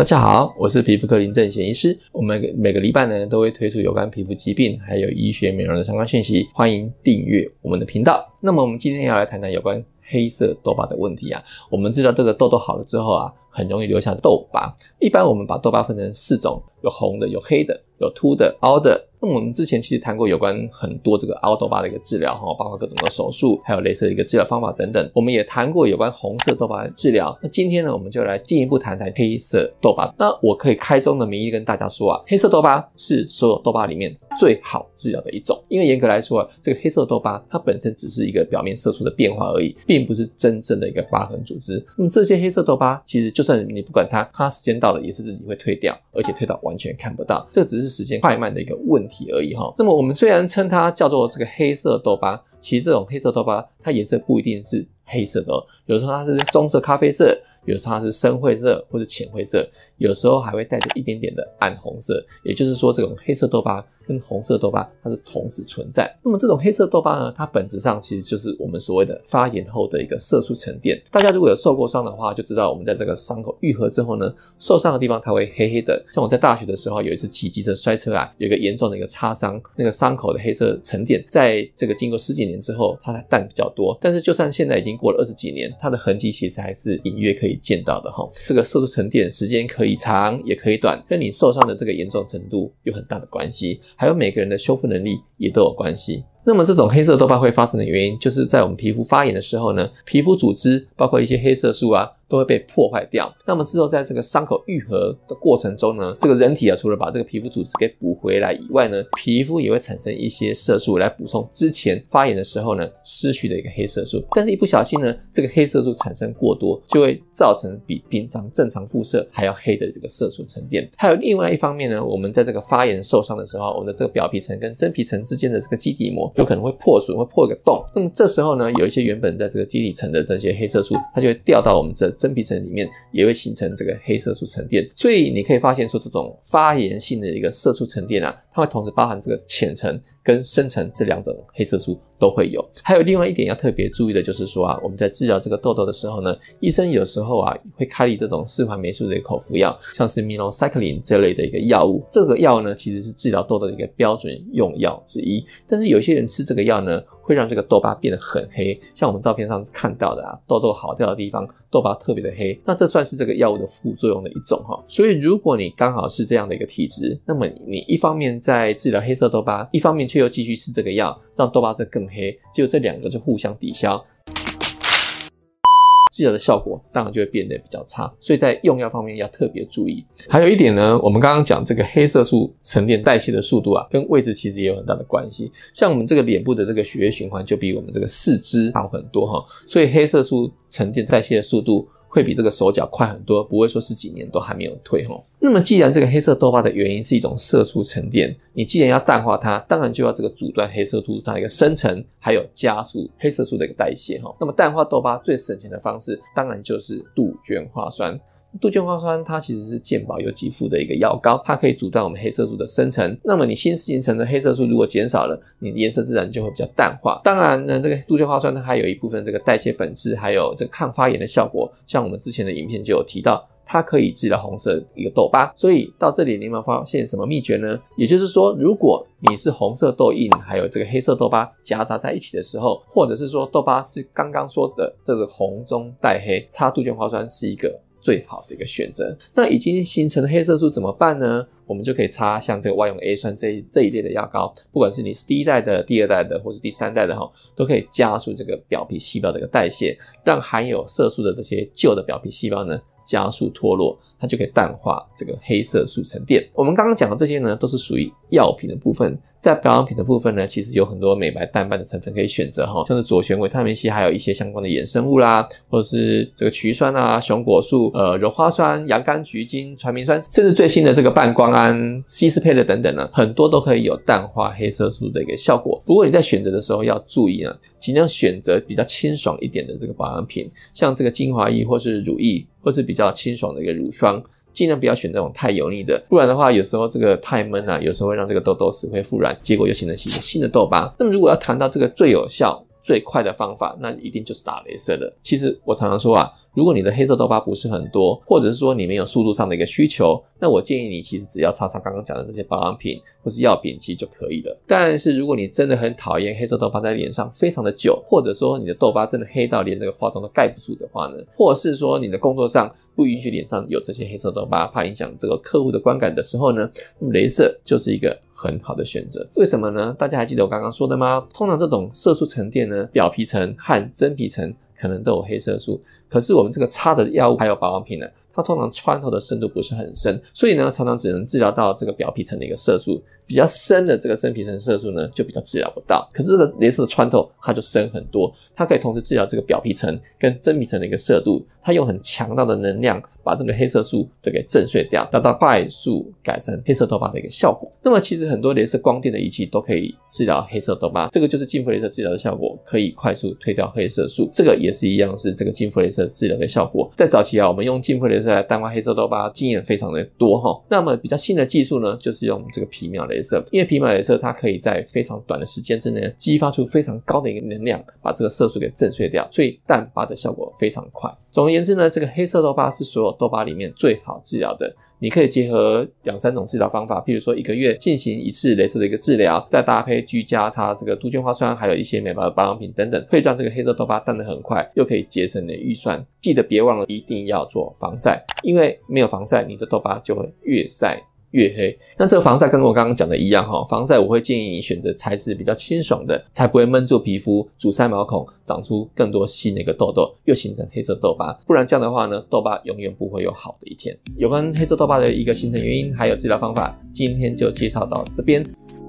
大家好，我是皮肤科林正贤医师。我们每个礼拜呢都会推出有关皮肤疾病还有医学美容的相关讯息，欢迎订阅我们的频道。那么我们今天要来谈谈有关黑色痘疤的问题啊。我们知道这个痘痘好了之后啊，很容易留下痘疤。一般我们把痘疤分成4种，有红的，有黑的，有凸的，凹的。那么我们之前其实谈过有关很多这个凹痘疤的一个治疗，包括各种的手术，还有雷射的一个治疗方法等等。我们也谈过有关红色痘疤的治疗。那今天呢，我们就来进一步谈谈黑色痘疤。那我可以开宗的名义跟大家说啊，黑色痘疤是所有痘疤里面最好治疗的一种。因为严格来说啊，这个黑色痘疤它本身只是一个表面色素的变化而已，并不是真正的一个疤痕组织。那么这些黑色痘疤其实就算你不管它时间到了也是自己会退掉，而且退到完全看不到，这只是时间快慢的一个问题而已。那么我们虽然称它叫做这个黑色痘疤，其实这种黑色痘疤它颜色不一定是黑色的哦，有时候它是棕色咖啡色，有时候它是深灰色或者浅灰色，有时候还会带着一点点的暗红色。也就是说，这种黑色痘疤跟红色痘疤它是同时存在。那么这种黑色痘疤呢，它本质上其实就是我们所谓的发炎后的一个色素沉淀。大家如果有受过伤的话，就知道我们在这个伤口愈合之后呢，受伤的地方它会黑黑的。像我在大学的时候有一次骑机车摔车啊，有一个严重的一个擦伤，那个伤口的黑色沉淀在这个经过10几年之后它才淡比较多，但是就算现在已经过了20几年，它的痕迹其实还是隐约可以见到的。这个色素沉淀时间可以长也可以短，跟你受伤的这个严重程度有很大的关系，还有每个人的修复能力也都有关系。那么这种黑色痘疤会发生的原因，就是在我们皮肤发炎的时候呢，皮肤组织包括一些黑色素啊都会被破坏掉。那么之后在这个伤口愈合的过程中呢，这个人体啊除了把这个皮肤组织给补回来以外呢，皮肤也会产生一些色素来补充之前发炎的时候呢失去的一个黑色素。但是一不小心呢，这个黑色素产生过多，就会造成比平常正常肤色还要黑的这个色素沉淀。还有另外一方面呢，我们在这个发炎受伤的时候，我们的这个表皮层跟真皮层之间的这个基底膜有可能会破损，会破一个洞。那么这时候呢，有一些原本在这个基底层的这些黑色素，它就会掉到我们这真皮层里面，也会形成这个黑色素沉淀。所以你可以发现说，这种发炎性的一个色素沉淀啊，它会同时包含这个浅层跟深层这2种黑色素都会有。还有另外一点要特别注意的就是说啊，我们在治疗这个痘痘的时候呢，医生有时候啊会开立这种4环霉素的一个口服药，像是 minocycline 这类的一个药物。这个药呢其实是治疗痘痘的一个标准用药之一，但是有些人吃这个药呢会让这个痘疤变得很黑，像我们照片上看到的啊，痘痘好掉的地方痘疤特别的黑，那这算是这个药物的副作用的一种。所以如果你刚好是这样的一个体质，那么你一方面在治疗黑色痘疤，一方面却又继续吃这个药让痘疤更黑，结果这2个就互相抵消，治疗的效果当然就会变得比较差，所以在用药方面要特别注意。还有一点呢，我们刚刚讲这个黑色素沉淀代谢的速度啊，跟位置其实也有很大的关系。像我们这个脸部的这个血液循环就比我们这个四肢好很多所以黑色素沉淀代谢的速度会比这个手脚快很多，不会说10几年都还没有退。那么既然这个黑色痘疤的原因是一种色素沉淀，你既然要淡化它，当然就要这个阻断黑色素它的一个生成，还有加速黑色素的一个代谢。那么淡化痘疤最省钱的方式当然就是杜鹃花酸。杜鹃花酸它其实是健保有给付的一个药膏，它可以阻断我们黑色素的生成。那么你新形成的黑色素如果减少了，你的颜色自然就会比较淡化。当然呢，这个杜鹃花酸它还有一部分这个代谢粉质，还有这个抗发炎的效果，像我们之前的影片就有提到，它可以治疗红色一个痘疤。所以到这里你有没有发现什么秘诀呢？也就是说，如果你是红色痘印还有这个黑色痘疤夹杂在一起的时候，或者是说痘疤是刚刚说的这个红中带黑，擦杜鹃花酸是一个最好的一个选择。那已经形成的黑色素怎么办呢？我们就可以擦像这个外用 A 酸这一类的药膏，不管是你是第1代的、第2代的或是第3代的都可以加速这个表皮细胞的一个代谢，让含有色素的这些旧的表皮细胞呢加速脱落，它就可以淡化这个黑色素沉淀。我们刚刚讲的这些呢都是属于药品的部分。在保养品的部分呢，其实有很多美白淡斑的成分可以选择像是左旋维他命 C， 还有一些相关的衍生物啦，或者是这个曲酸啊、熊果素、柔花酸、洋甘菊精、传明酸，甚至最新的这个半胱胺、西斯佩勒等等呢，很多都可以有淡化黑色素的一个效果。不过你在选择的时候要注意尽量选择比较清爽一点的这个保养品，像这个精华液或是乳液，或是比较清爽的一个乳霜。尽量不要选这种太油腻的，不然的话有时候这个太闷有时候会让这个痘痘死灰复燃，结果又形成一个新的痘疤。那么如果要谈到这个最有效最快的方法，那一定就是打雷射了。其实我常常说啊，如果你的黑色豆疤不是很多，或者是说你没有速度上的一个需求，那我建议你其实只要擦擦刚刚讲的这些保养品或是药品其实就可以了。但是如果你真的很讨厌黑色豆疤在脸上非常的久，或者说你的痘疤真的黑到连这个化妆都盖不住的话呢，或者是说你的工作上不允许脸上有这些黑色痘疤，怕影响这个客户的观感的时候呢，那么雷射就是一个很好的选择。为什么呢？大家还记得我刚刚说的吗？通常这种色素沉淀呢，表皮层和真皮层可能都有黑色素，可是我们这个擦的药物还有保养品呢，它通常穿透的深度不是很深，所以呢常常只能治疗到这个表皮层的一个色素，比较深的这个真皮层色素呢就比较治疗不到。可是这个雷射的穿透它就深很多，它可以同时治疗这个表皮层跟真皮层的一个色度，它用很强大的能量把这个黑色素都给震碎掉，达到快速改善黑色痘疤的一个效果。那么其实很多雷射光电的仪器都可以治疗黑色痘疤，这个就是净负雷射治疗的效果，可以快速退掉黑色素，这个也是一样是这个净负雷射治疗的效果。在早期啊，我们用净负雷射来淡化黑色痘疤经验非常的多齁。那么比较新的技术呢，就是用这个皮秒雷射，因为皮秒雷射它可以在非常短的时间之内激发出非常高的一个能量，把这个色素给震碎掉，所以淡疤的效果非常快。总而言之呢，这个黑色痘疤是所有痘疤里面最好治疗的。你可以结合2-3种治疗方法，譬如说1个月进行1次雷射的一个治疗，再搭配居家擦这个杜鹃花酸，还有一些美白的保养品等等，会让这个黑色痘疤淡得很快，又可以节省你的预算。记得别忘了一定要做防晒，因为没有防晒，你的痘疤就会越晒越黑。那这个防晒跟我刚刚讲的一样齁，防晒我会建议你选择材质比较清爽的，才不会闷住皮肤，阻塞毛孔，长出更多新的一个痘痘，又形成黑色痘疤。不然这样的话呢，痘疤永远不会有好的一天。有关黑色痘疤的一个形成原因还有治疗方法，今天就介绍到这边。